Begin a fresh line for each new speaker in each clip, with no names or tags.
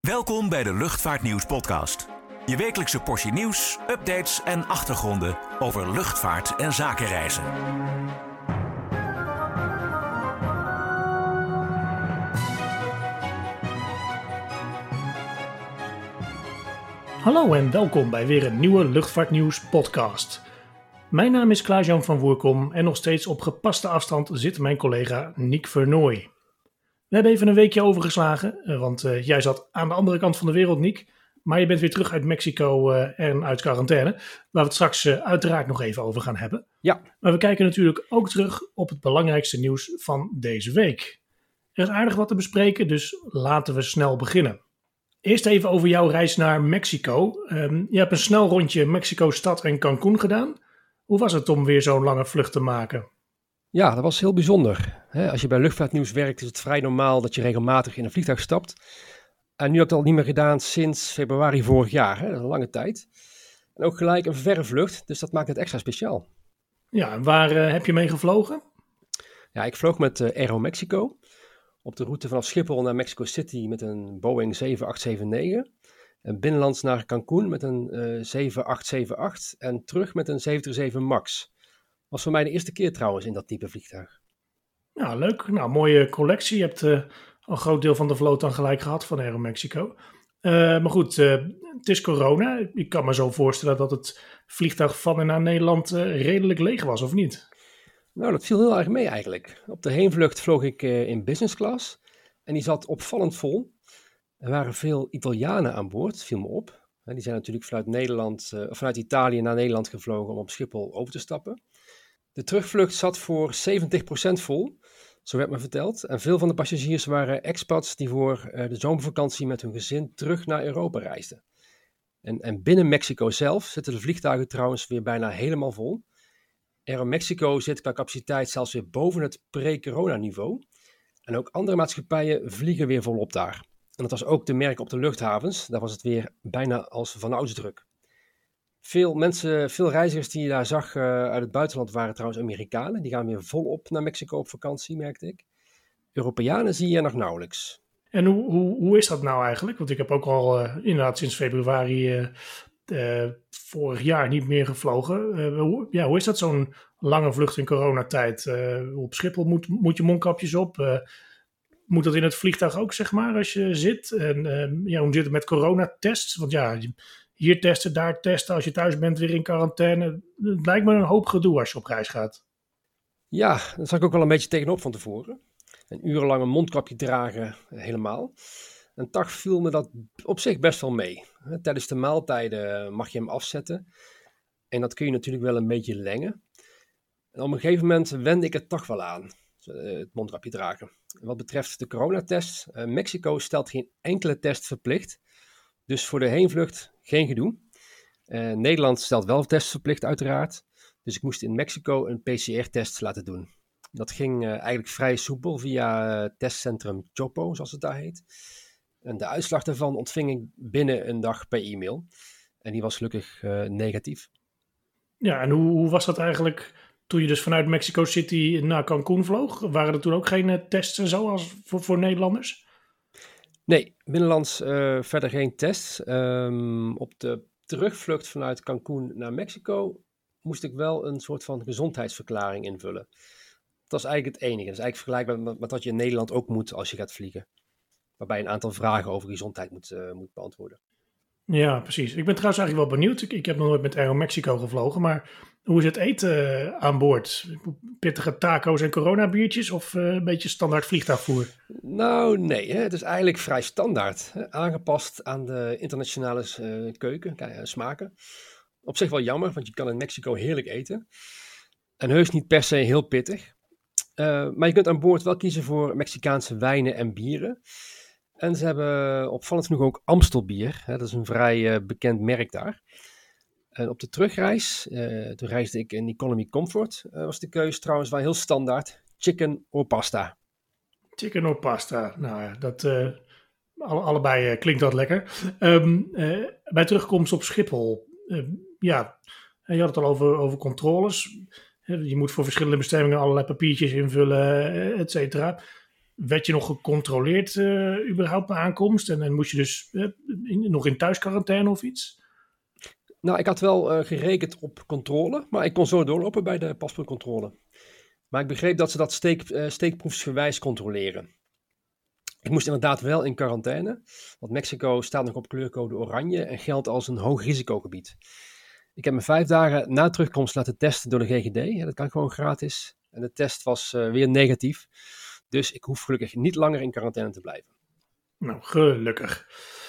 Welkom bij de Luchtvaartnieuws podcast. Je wekelijkse portie nieuws, updates en achtergronden over luchtvaart en zakenreizen.
Hallo en welkom bij weer een nieuwe Luchtvaartnieuws podcast. Mijn naam is Klaas-Jan van Woerkom en nog steeds op gepaste afstand zit mijn collega Niek Vernooy. We hebben even een weekje overgeslagen, want jij zat aan de andere kant van de wereld, Niek. Maar je bent weer terug uit Mexico en uit quarantaine, waar we het straks uiteraard nog even over gaan hebben.
Ja.
Maar we kijken natuurlijk ook terug op het belangrijkste nieuws van deze week. Er is aardig wat te bespreken, dus laten we snel beginnen. Eerst even over jouw reis naar Mexico. Je hebt een snel rondje Mexico-stad en Cancún gedaan. Hoe was het om weer zo'n lange vlucht te maken?
Ja, dat was heel bijzonder. Als je bij luchtvaartnieuws werkt is het vrij normaal dat je regelmatig in een vliegtuig stapt. En nu heb ik dat al niet meer gedaan sinds februari vorig jaar. Dat is een lange tijd. En ook gelijk een verre vlucht, dus dat maakt het extra speciaal.
Ja, en waar heb je mee gevlogen?
Ja, ik vloog met Aeromexico op de route vanaf Schiphol naar Mexico City met een Boeing 7879. En binnenlands naar Cancún met een 7878 en terug met een 737 MAX. Was voor mij de eerste keer trouwens in dat type vliegtuig.
Ja, leuk. Nou, mooie collectie. Je hebt een groot deel van de vloot dan gelijk gehad van Aeromexico. Maar goed, het is corona. Ik kan me zo voorstellen dat het vliegtuig van en naar Nederland redelijk leeg was, of niet?
Nou, dat viel heel erg mee eigenlijk. Op de heenvlucht vloog ik in business class en die zat opvallend vol. Er waren veel Italianen aan boord, viel me op. Die zijn natuurlijk vanuit Italië naar Nederland gevlogen om op Schiphol over te stappen. De terugvlucht zat voor 70% vol, zo werd me verteld. En veel van de passagiers waren expats die voor de zomervakantie met hun gezin terug naar Europa reisden. En binnen Mexico zelf zitten de vliegtuigen trouwens weer bijna helemaal vol. Aeromexico zit qua capaciteit zelfs weer boven het pre-corona niveau. En ook andere maatschappijen vliegen weer volop daar. En dat was ook te merken op de luchthavens. Daar was het weer bijna als vanouds druk. Veel reizigers die je daar zag uit het buitenland waren trouwens Amerikanen. Die gaan weer volop naar Mexico op vakantie, merkte ik. Europeanen zie je nog nauwelijks.
En hoe is dat nou eigenlijk? Want ik heb ook al inderdaad sinds februari vorig jaar niet meer gevlogen. Hoe is dat zo'n lange vlucht in coronatijd? Op Schiphol moet je mondkapjes op. Moet dat in het vliegtuig ook, zeg maar, als je zit? En hoe zit het met coronatests? Want ja, hier testen, daar testen. Als je thuis bent, weer in quarantaine. Het lijkt me een hoop gedoe als je op reis gaat.
Ja, daar zag ik ook wel een beetje tegenop van tevoren. Een urenlang een mondkapje dragen, helemaal. Een dag viel me dat op zich best wel mee. Tijdens de maaltijden mag je hem afzetten. En dat kun je natuurlijk wel een beetje lengen. En op een gegeven moment wende ik het toch wel aan, het mondkapje dragen. En wat betreft de coronatest, Mexico stelt geen enkele test verplicht. Dus voor de heenvlucht geen gedoe. Nederland stelt wel tests verplicht uiteraard. Dus ik moest in Mexico een PCR-test laten doen. Dat ging eigenlijk vrij soepel via testcentrum Chopo, zoals het daar heet. En de uitslag daarvan ontving ik binnen een dag per e-mail. En die was gelukkig negatief.
Ja, en hoe was dat eigenlijk toen je dus vanuit Mexico City naar Cancún vloog? Waren er toen ook geen tests en zo als voor Nederlanders?
Nee, binnenlands verder geen tests. Op de terugvlucht vanuit Cancún naar Mexico moest ik wel een soort van gezondheidsverklaring invullen. Dat is eigenlijk het enige. Dat is eigenlijk vergelijkbaar met wat je in Nederland ook moet als je gaat vliegen. Waarbij je een aantal vragen over gezondheid moet beantwoorden.
Ja, precies. Ik ben trouwens eigenlijk wel benieuwd. Ik heb nog nooit met Aeromexico gevlogen, maar hoe is het eten aan boord? Pittige taco's en coronabiertjes of een beetje standaard vliegtuigvoer?
Nou, nee. Het is eigenlijk vrij standaard. Aangepast aan de internationale keuken, smaken. Op zich wel jammer, want je kan in Mexico heerlijk eten. En heus niet per se heel pittig. Maar je kunt aan boord wel kiezen voor Mexicaanse wijnen en bieren. En ze hebben opvallend genoeg ook Amstelbier. Dat is een vrij bekend merk daar. En op de terugreis, toen reisde ik in Economy Comfort, was de keuze trouwens wel heel standaard. Chicken or pasta.
Chicken or pasta. Nou ja, dat allebei klinkt dat lekker. Bij terugkomst op Schiphol. Je had het al over controles. Je moet voor verschillende bestemmingen allerlei papiertjes invullen, et cetera. werd je nog gecontroleerd überhaupt bij aankomst? En moest je dus nog in thuisquarantaine of iets?
Nou, ik had wel gerekend op controle, maar ik kon zo doorlopen bij de paspoortcontrole. Maar ik begreep dat ze dat steekproefsgewijs controleren. Ik moest inderdaad wel in quarantaine, want Mexico staat nog op kleurcode oranje en geldt als een hoog risicogebied. Ik heb me 5 dagen na terugkomst laten testen door de GGD. Ja, dat kan gewoon gratis. En de test was weer negatief. Dus ik hoef gelukkig niet langer in quarantaine te blijven.
Nou, gelukkig.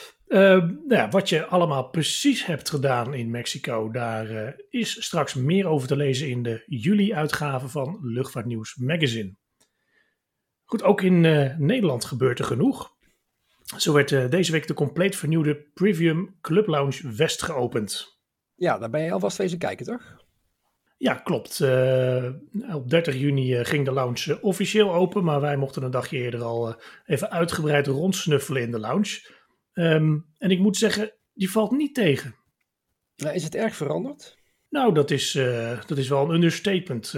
Wat je allemaal precies hebt gedaan in Mexico, daar is straks meer over te lezen in de juli-uitgave van Luchtvaartnieuws Magazine. Goed, ook in Nederland gebeurt er genoeg. Zo werd deze week de compleet vernieuwde Privium Club Lounge West geopend.
Ja, daar ben je alvast wezen kijken, toch?
Ja, klopt. Op 30 juni ging de lounge officieel open, maar wij mochten een dagje eerder al even uitgebreid rondsnuffelen in de lounge. En ik moet zeggen, die valt niet tegen.
Nou, is het erg veranderd?
Nou, dat is wel een understatement.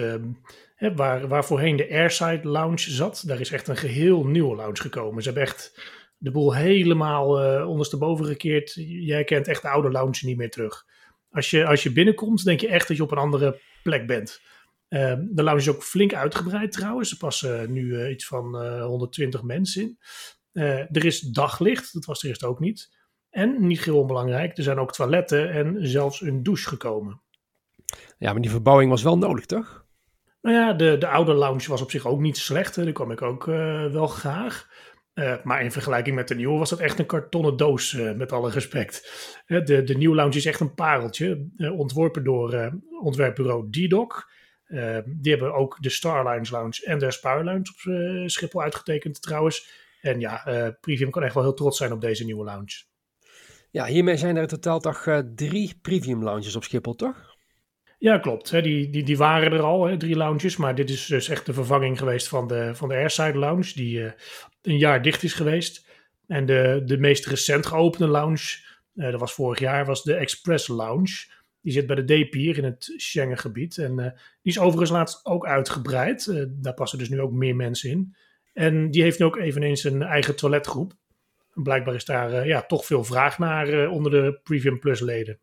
Waar voorheen de Airside Lounge zat, daar is echt een geheel nieuwe lounge gekomen. Ze hebben echt de boel helemaal ondersteboven gekeerd. Jij kent echt de oude lounge niet meer terug. Als je binnenkomt, denk je echt dat je op een andere plek bent. De lounge is ook flink uitgebreid trouwens. Er passen nu iets van 120 mensen in. Er is daglicht, dat was er eerst ook niet. En, niet heel onbelangrijk, er zijn ook toiletten en zelfs een douche gekomen.
Ja, maar die verbouwing was wel nodig, toch?
Nou ja, de oude lounge was op zich ook niet slecht. Daar kwam ik ook wel graag. Maar in vergelijking met de nieuwe was dat echt een kartonnen doos, met alle respect. De nieuwe lounge is echt een pareltje. Ontworpen door ontwerpbureau D-Doc. Die hebben ook de Starlines Lounge en de Aspire Lounge op Schiphol uitgetekend trouwens. En ja, Privium kan echt wel heel trots zijn op deze nieuwe lounge.
Ja, hiermee zijn er in totaal toch 3 Privium lounges op Schiphol, toch?
Ja, klopt. Die waren er al, 3 lounges. Maar dit is dus echt de vervanging geweest van de Airside Lounge, die een jaar dicht is geweest. En de meest recent geopende lounge, dat was vorig jaar, was de Express Lounge. Die zit bij de D-Pier in het Schengengebied. En die is overigens laatst ook uitgebreid. Daar passen dus nu ook meer mensen in. En die heeft nu ook eveneens een eigen toiletgroep. En blijkbaar is daar toch veel vraag naar onder de Privium Plus leden.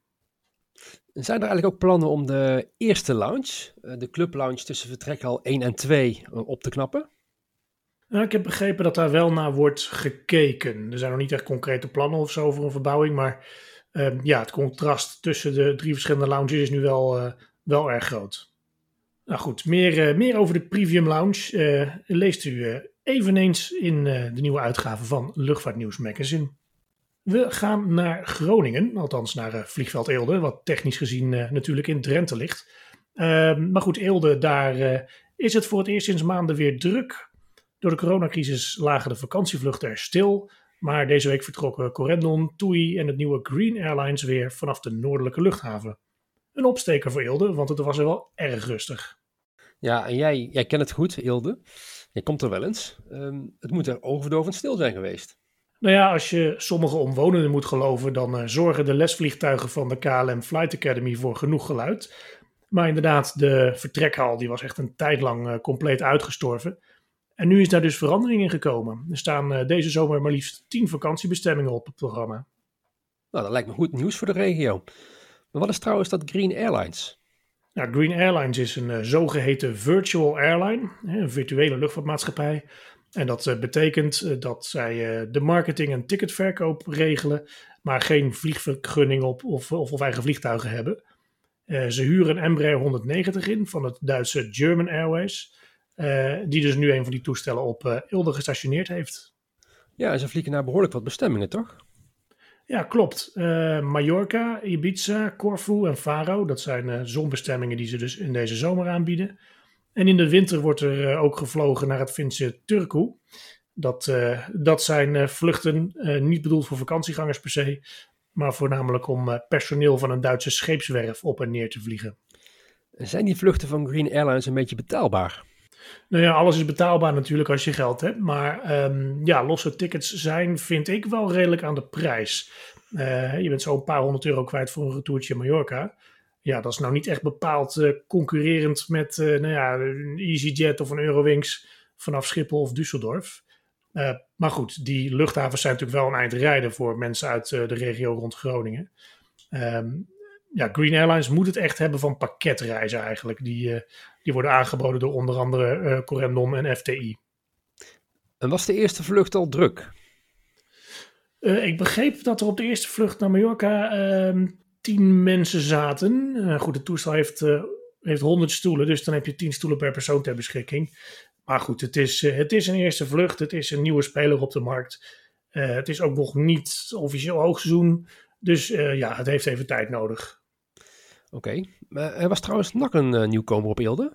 Zijn er eigenlijk ook plannen om de eerste lounge, de Club Lounge tussen vertrekhal 1 en 2, op te knappen?
Nou, ik heb begrepen dat daar wel naar wordt gekeken. Er zijn nog niet echt concrete plannen of zo voor een verbouwing. Maar het contrast tussen de 3 verschillende lounges is nu wel erg groot. Nou goed, meer over de Privium Lounge leest u eveneens in de nieuwe uitgave van Luchtvaartnieuws Magazine. We gaan naar Groningen, althans naar vliegveld Eelde, wat technisch gezien natuurlijk in Drenthe ligt. Maar goed, Eelde, daar is het voor het eerst sinds maanden weer druk. Door de coronacrisis lagen de vakantievluchten er stil. Maar deze week vertrokken Corendon, TUI en het nieuwe Green Airlines weer vanaf de noordelijke luchthaven. Een opsteker voor Eelde, want het was er wel erg rustig.
Ja, en jij kent het goed, Eelde. Je komt er wel eens. Het moet er oorverdovend stil zijn geweest.
Nou ja, als je sommige omwonenden moet geloven, dan zorgen de lesvliegtuigen van de KLM Flight Academy voor genoeg geluid. Maar inderdaad, de vertrekhal die was echt een tijd lang compleet uitgestorven. En nu is daar dus verandering in gekomen. Er staan deze zomer maar liefst 10 vakantiebestemmingen op het programma.
Nou, dat lijkt me goed nieuws voor de regio. Maar wat is trouwens dat Green Airlines?
Nou, Green Airlines is een zogeheten virtual airline, een virtuele luchtvaartmaatschappij. En dat betekent dat zij de marketing en ticketverkoop regelen, maar geen vliegvergunning op of eigen vliegtuigen hebben. Ze huren een Embraer 190 in van het Duitse German Airways, die dus nu een van die toestellen op Eelde gestationeerd heeft.
Ja, en ze vliegen naar behoorlijk wat bestemmingen, toch?
Ja, klopt. Mallorca, Ibiza, Corfu en Faro, dat zijn zonbestemmingen die ze dus in deze zomer aanbieden. En in de winter wordt er ook gevlogen naar het Finse Turku. Dat zijn vluchten niet bedoeld voor vakantiegangers per se, maar voornamelijk om personeel van een Duitse scheepswerf op en neer te vliegen.
Zijn die vluchten van Green Airlines een beetje betaalbaar?
Nou ja, alles is betaalbaar natuurlijk als je geld hebt. Maar losse tickets zijn, vind ik, wel redelijk aan de prijs. Je bent zo een paar €100 kwijt voor een retourtje in Mallorca. Ja, dat is nou niet echt bepaald concurrerend met een EasyJet of een Eurowings vanaf Schiphol of Düsseldorf. Maar goed, die luchthavens zijn natuurlijk wel een eind rijden voor mensen uit de regio rond Groningen. Green Airlines moet het echt hebben van pakketreizen eigenlijk. Die worden aangeboden door onder andere Corendon en FTI.
En was de eerste vlucht al druk?
Ik begreep dat er op de eerste vlucht naar Mallorca 10 mensen zaten. Goed, het toestel heeft 100 stoelen, dus dan heb je 10 stoelen per persoon ter beschikking. Maar goed, het is een eerste vlucht. Het is een nieuwe speler op de markt. Het is ook nog niet officieel hoogseizoen. Dus het heeft even tijd nodig.
Oké. Er was trouwens nog een nieuwkomer op Eelde.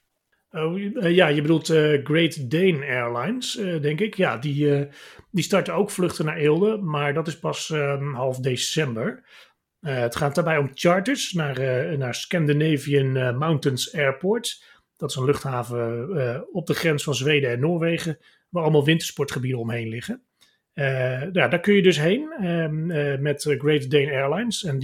Je bedoelt Great Dane Airlines, denk ik. Ja, die starten ook vluchten naar Eelde, maar dat is pas half december. Het gaat daarbij om charters naar Scandinavian Mountains Airport. Dat is een luchthaven op de grens van Zweden en Noorwegen, waar allemaal wintersportgebieden omheen liggen. Daar kun je dus heen met Great Dane Airlines. En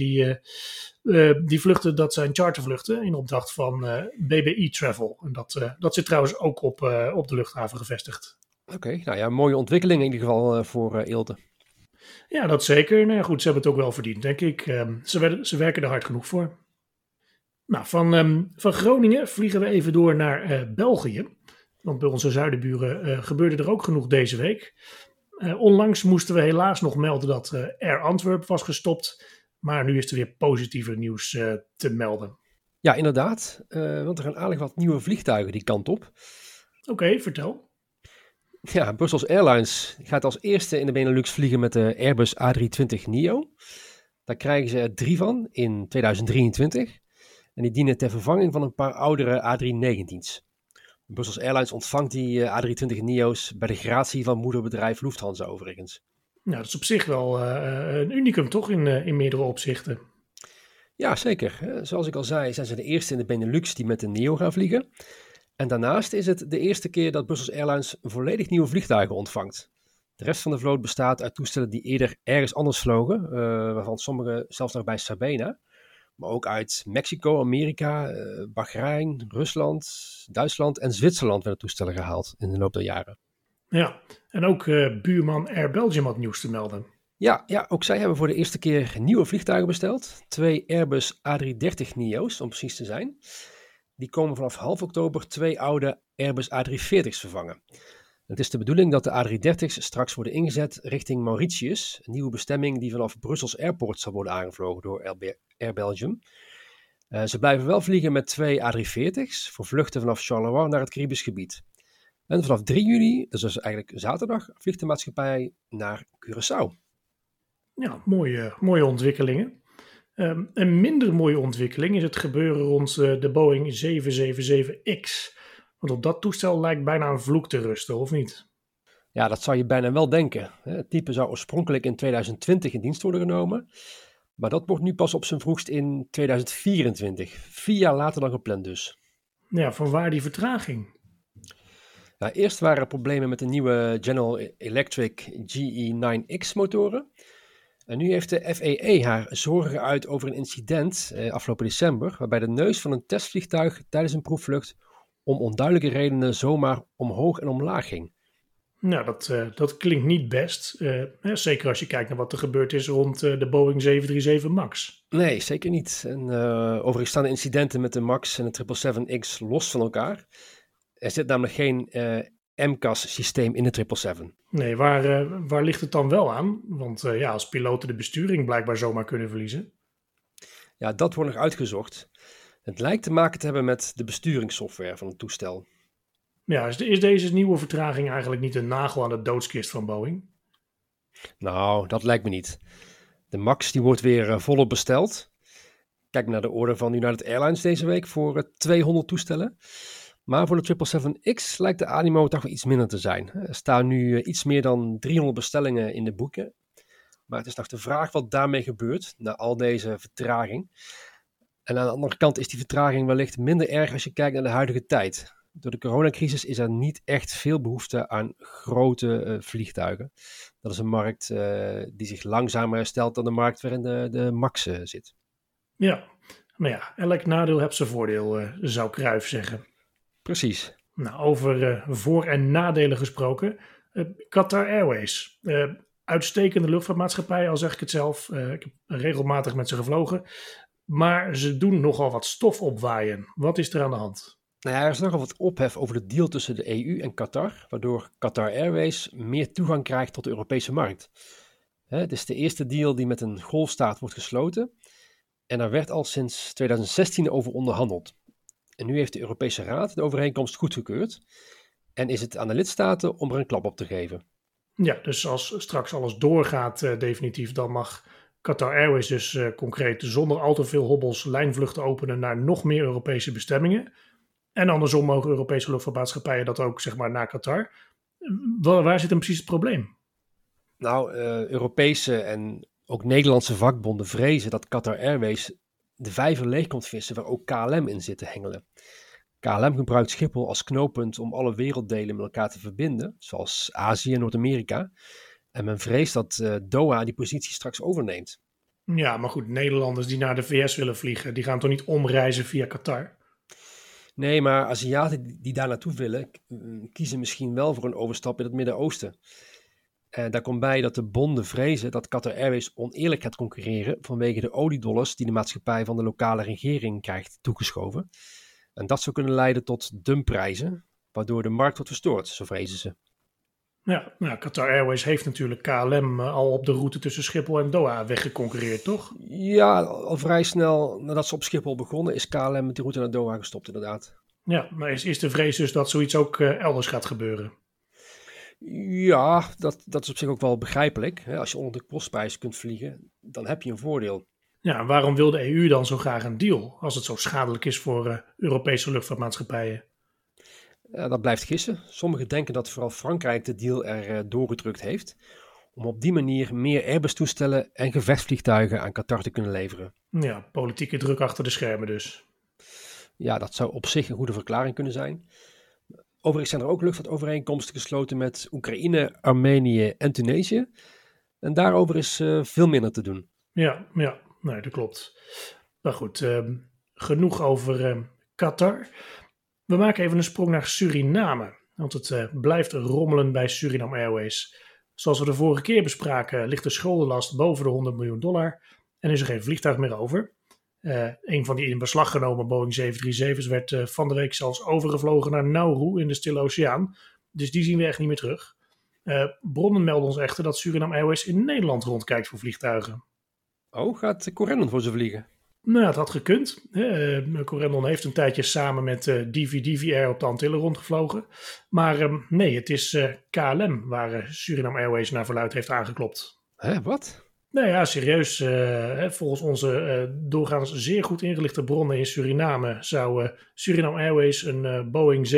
die vluchten, dat zijn chartervluchten in opdracht van BBI Travel. En dat zit trouwens ook op de luchthaven gevestigd.
Oké, nou ja, mooie ontwikkeling in ieder geval voor Eelde.
Ja, dat zeker. Nou goed, ze hebben het ook wel verdiend, denk ik. Ze werken er hard genoeg voor. Nou, van Groningen vliegen we even door naar België. Want bij onze zuidenburen gebeurde er ook genoeg deze week. Onlangs moesten we helaas nog melden dat Air Antwerp was gestopt. Maar nu is er weer positiever nieuws te melden.
Ja, inderdaad. Want er gaan aardig wat nieuwe vliegtuigen die kant op.
Oké, vertel.
Ja, Brussels Airlines gaat als eerste in de Benelux vliegen met de Airbus A320neo. Daar krijgen ze er 3 van in 2023. En die dienen ter vervanging van een paar oudere A319's. Brussels Airlines ontvangt die A320neo's bij de gratie van moederbedrijf Lufthansa overigens.
Nou, dat is op zich wel een unicum toch in meerdere opzichten.
Ja, zeker. Zoals ik al zei, zijn ze de eerste in de Benelux die met de neo gaan vliegen. En daarnaast is het de eerste keer dat Brussels Airlines volledig nieuwe vliegtuigen ontvangt. De rest van de vloot bestaat uit toestellen die eerder ergens anders vlogen, waarvan sommige zelfs nog bij Sabena. Maar ook uit Mexico, Amerika, Bahrein, Rusland, Duitsland en Zwitserland werden toestellen gehaald in de loop der jaren.
Ja, en ook buurman Air Belgium had nieuws te melden.
Ja, ook zij hebben voor de eerste keer nieuwe vliegtuigen besteld. 2 Airbus A330neo's, om precies te zijn. Die komen vanaf half oktober 2 oude Airbus A340's vervangen. Het is de bedoeling dat de A330's straks worden ingezet richting Mauritius, een nieuwe bestemming die vanaf Brussels Airport zal worden aangevlogen door Air Belgium. Ze blijven wel vliegen met 2 A340's voor vluchten vanaf Charleroi naar het Caribisch gebied. En vanaf 3 juli, dus eigenlijk zaterdag, vliegt de maatschappij naar Curaçao.
Ja, mooie ontwikkelingen. Een minder mooie ontwikkeling is het gebeuren rond de Boeing 777X. Want op dat toestel lijkt bijna een vloek te rusten, of niet?
Ja, dat zou je bijna wel denken. Het type zou oorspronkelijk in 2020 in dienst worden genomen. Maar dat wordt nu pas op zijn vroegst in 2024. 4 jaar later dan gepland dus.
Ja, vanwaar die vertraging?
Nou, eerst waren er problemen met de nieuwe General Electric GE9X motoren. En nu heeft de FAA haar zorgen geuit over een incident afgelopen december, waarbij de neus van een testvliegtuig tijdens een proefvlucht om onduidelijke redenen zomaar omhoog en omlaag ging.
Nou, dat klinkt niet best. Zeker als je kijkt naar wat er gebeurd is rond de Boeing 737 MAX.
Nee, zeker niet. En overigens staan de incidenten met de MAX en de 777X los van elkaar. Er zit namelijk geen MCAS-systeem in de 777.
Nee, waar ligt het dan wel aan? Want als piloten de besturing blijkbaar zomaar kunnen verliezen.
Ja, dat wordt nog uitgezocht. Het lijkt te maken te hebben met de besturingssoftware van het toestel.
Ja, is deze nieuwe vertraging eigenlijk niet een nagel aan de doodskist van Boeing?
Nou, dat lijkt me niet. De MAX die wordt weer volop besteld. Kijk naar de order van United Airlines deze week voor 200 toestellen. Maar voor de 777X lijkt de animo toch wel iets minder te zijn. Er staan nu iets meer dan 300 bestellingen in de boeken. Maar het is nog de vraag wat daarmee gebeurt na al deze vertraging. En aan de andere kant is die vertraging wellicht minder erg als je kijkt naar de huidige tijd. Door de coronacrisis is er niet echt veel behoefte aan grote vliegtuigen. Dat is een markt die zich langzamer herstelt dan de markt waarin de MAX zit.
Ja, nou ja, elk nadeel heeft zijn voordeel, zou Cruijff zeggen.
Precies.
Nou, over voor- en nadelen gesproken. Qatar Airways. Uitstekende luchtvaartmaatschappij, al zeg ik het zelf. Ik heb regelmatig met ze gevlogen. Maar ze doen nogal wat stof opwaaien. Wat is er aan de hand?
Nou ja, er is nogal wat ophef over de deal tussen de EU en Qatar, waardoor Qatar Airways meer toegang krijgt tot de Europese markt. Het is de eerste deal die met een golfstaat wordt gesloten en daar werd al sinds 2016 over onderhandeld. En nu heeft de Europese Raad de overeenkomst goedgekeurd en is het aan de lidstaten om er een klap op te geven.
Ja, dus als straks alles doorgaat definitief, dan mag Qatar Airways dus concreet zonder al te veel hobbels lijnvluchten openen naar nog meer Europese bestemmingen. En andersom mogen Europese luchtvaartmaatschappijen dat ook, zeg maar, naar Qatar. Waar zit dan precies het probleem?
Nou, Europese en ook Nederlandse vakbonden vrezen dat Qatar Airways de vijver leeg komt vissen waar ook KLM in zit te hengelen. KLM gebruikt Schiphol als knooppunt om alle werelddelen met elkaar te verbinden, zoals Azië en Noord-Amerika. En men vreest dat Doha die positie straks overneemt.
Ja, maar goed, Nederlanders die naar de VS willen vliegen, die gaan toch niet omreizen via Qatar?
Nee, maar Aziaten die daar naartoe willen, kiezen misschien wel voor een overstap in het Midden-Oosten. Daar komt bij dat de bonden vrezen dat Qatar Airways oneerlijk gaat concurreren vanwege de oliedollars die de maatschappij van de lokale regering krijgt toegeschoven. En dat zou kunnen leiden tot dumpprijzen, waardoor de markt wordt verstoord, zo vrezen ze.
Ja, nou, Qatar Airways heeft natuurlijk KLM al op de route tussen Schiphol en Doha weggeconcurreerd, toch?
Ja, al vrij snel nadat ze op Schiphol begonnen is KLM met die route naar Doha gestopt, inderdaad.
Ja, maar is de vrees dus dat zoiets ook elders gaat gebeuren?
Ja, dat is op zich ook wel begrijpelijk. Als je onder de kostprijs kunt vliegen, dan heb je een voordeel.
Ja, waarom wil de EU dan zo graag een deal, als het zo schadelijk is voor Europese luchtvaartmaatschappijen?
Dat blijft gissen. Sommigen denken dat vooral Frankrijk de deal er doorgedrukt heeft, om op die manier meer Airbus-toestellen en gevechtsvliegtuigen aan Qatar te kunnen leveren.
Ja, politieke druk achter de schermen dus.
Ja, dat zou op zich een goede verklaring kunnen zijn. Overigens zijn er ook luchtvaartovereenkomsten gesloten met Oekraïne, Armenië en Tunesië. En daarover is veel minder te doen.
Ja, nee, dat klopt. Maar goed, genoeg over Qatar. We maken even een sprong naar Suriname, want het blijft rommelen bij Suriname Airways. Zoals we de vorige keer bespraken, ligt de schuldenlast boven de $100 miljoen en is er geen vliegtuig meer over. Een van die in beslag genomen Boeing 737's werd van de week zelfs overgevlogen naar Nauru in de Stille Oceaan. Dus die zien we echt niet meer terug. Bronnen melden ons echter dat Suriname Airways in Nederland rondkijkt voor vliegtuigen.
Oh, gaat Corendon voor ze vliegen?
Nou, het had gekund. Corendon heeft een tijdje samen met Divi Air op de Antillen rondgevlogen. Maar nee, het is KLM waar Suriname Airways naar verluidt heeft aangeklopt.
Hè, wat?
Nou ja, serieus. Volgens onze doorgaans zeer goed ingelichte bronnen in Suriname zou Suriname Airways een Boeing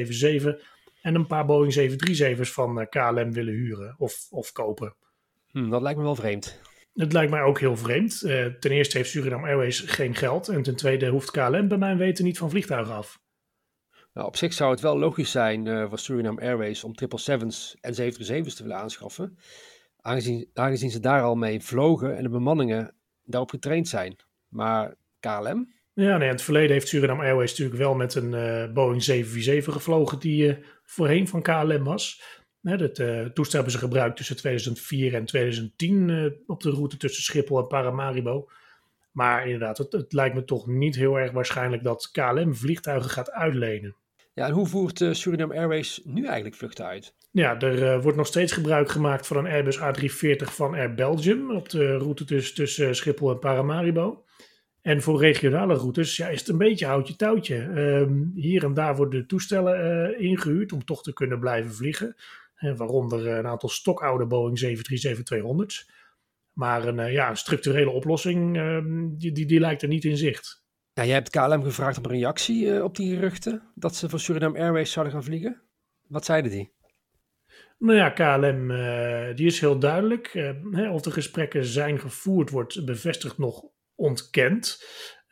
777 en een paar Boeing 737's van KLM willen huren of kopen.
Dat lijkt me wel vreemd.
Het lijkt mij ook heel vreemd. Ten eerste heeft Suriname Airways geen geld en ten tweede hoeft KLM bij mijn weten niet van vliegtuigen af.
Nou, op zich zou het wel logisch zijn voor Suriname Airways om 777's en 737's te willen aanschaffen. Aangezien ze daar al mee vlogen en de bemanningen daarop getraind zijn. Maar KLM?
Ja, nee, in het verleden heeft Suriname Airways natuurlijk wel met een Boeing 747 gevlogen die voorheen van KLM was. Dat toestel hebben ze gebruikt tussen 2004 en 2010 op de route tussen Schiphol en Paramaribo. Maar inderdaad, het lijkt me toch niet heel erg waarschijnlijk dat KLM vliegtuigen gaat uitlenen.
Ja, en hoe voert Suriname Airways nu eigenlijk vluchten uit?
Ja, er wordt nog steeds gebruik gemaakt van een Airbus A340 van Air Belgium op de route tussen Schiphol en Paramaribo. En voor regionale routes is het een beetje houtje touwtje. Hier en daar worden de toestellen ingehuurd om toch te kunnen blijven vliegen. Waaronder een aantal stokoude Boeing 737-200's. Maar een structurele oplossing, die lijkt er niet in zicht.
Ja, jij hebt KLM gevraagd om een reactie op die geruchten dat ze voor Suriname Airways zouden gaan vliegen. Wat zeiden die?
Nou ja, KLM die is heel duidelijk. Of de gesprekken zijn gevoerd, wordt bevestigd nog ontkend.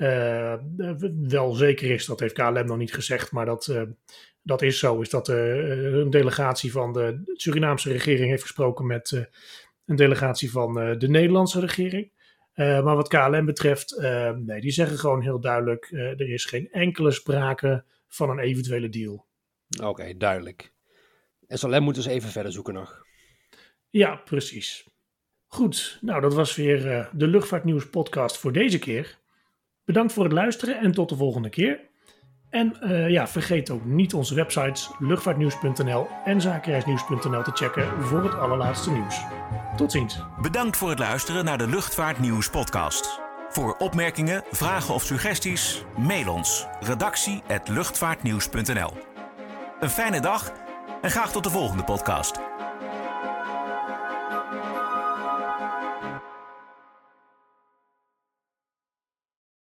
Wel zeker is, dat heeft KLM nog niet gezegd, maar dat is zo, is dat een delegatie van de Surinaamse regering heeft gesproken met een delegatie van de Nederlandse regering. Maar wat KLM betreft, nee, die zeggen gewoon heel duidelijk, er is geen enkele sprake van een eventuele deal.
Oké, duidelijk. SLM moet dus even verder zoeken nog.
Ja, precies. Goed, nou dat was weer de Luchtvaartnieuws podcast voor deze keer. Bedankt voor het luisteren en tot de volgende keer. En vergeet ook niet onze websites luchtvaartnieuws.nl en zakenreisnieuws.nl te checken voor het allerlaatste nieuws. Tot ziens.
Bedankt voor het luisteren naar de Luchtvaartnieuws podcast. Voor opmerkingen, vragen of suggesties, mail ons redactie@luchtvaartnieuws.nl. Een fijne dag en graag tot de volgende podcast.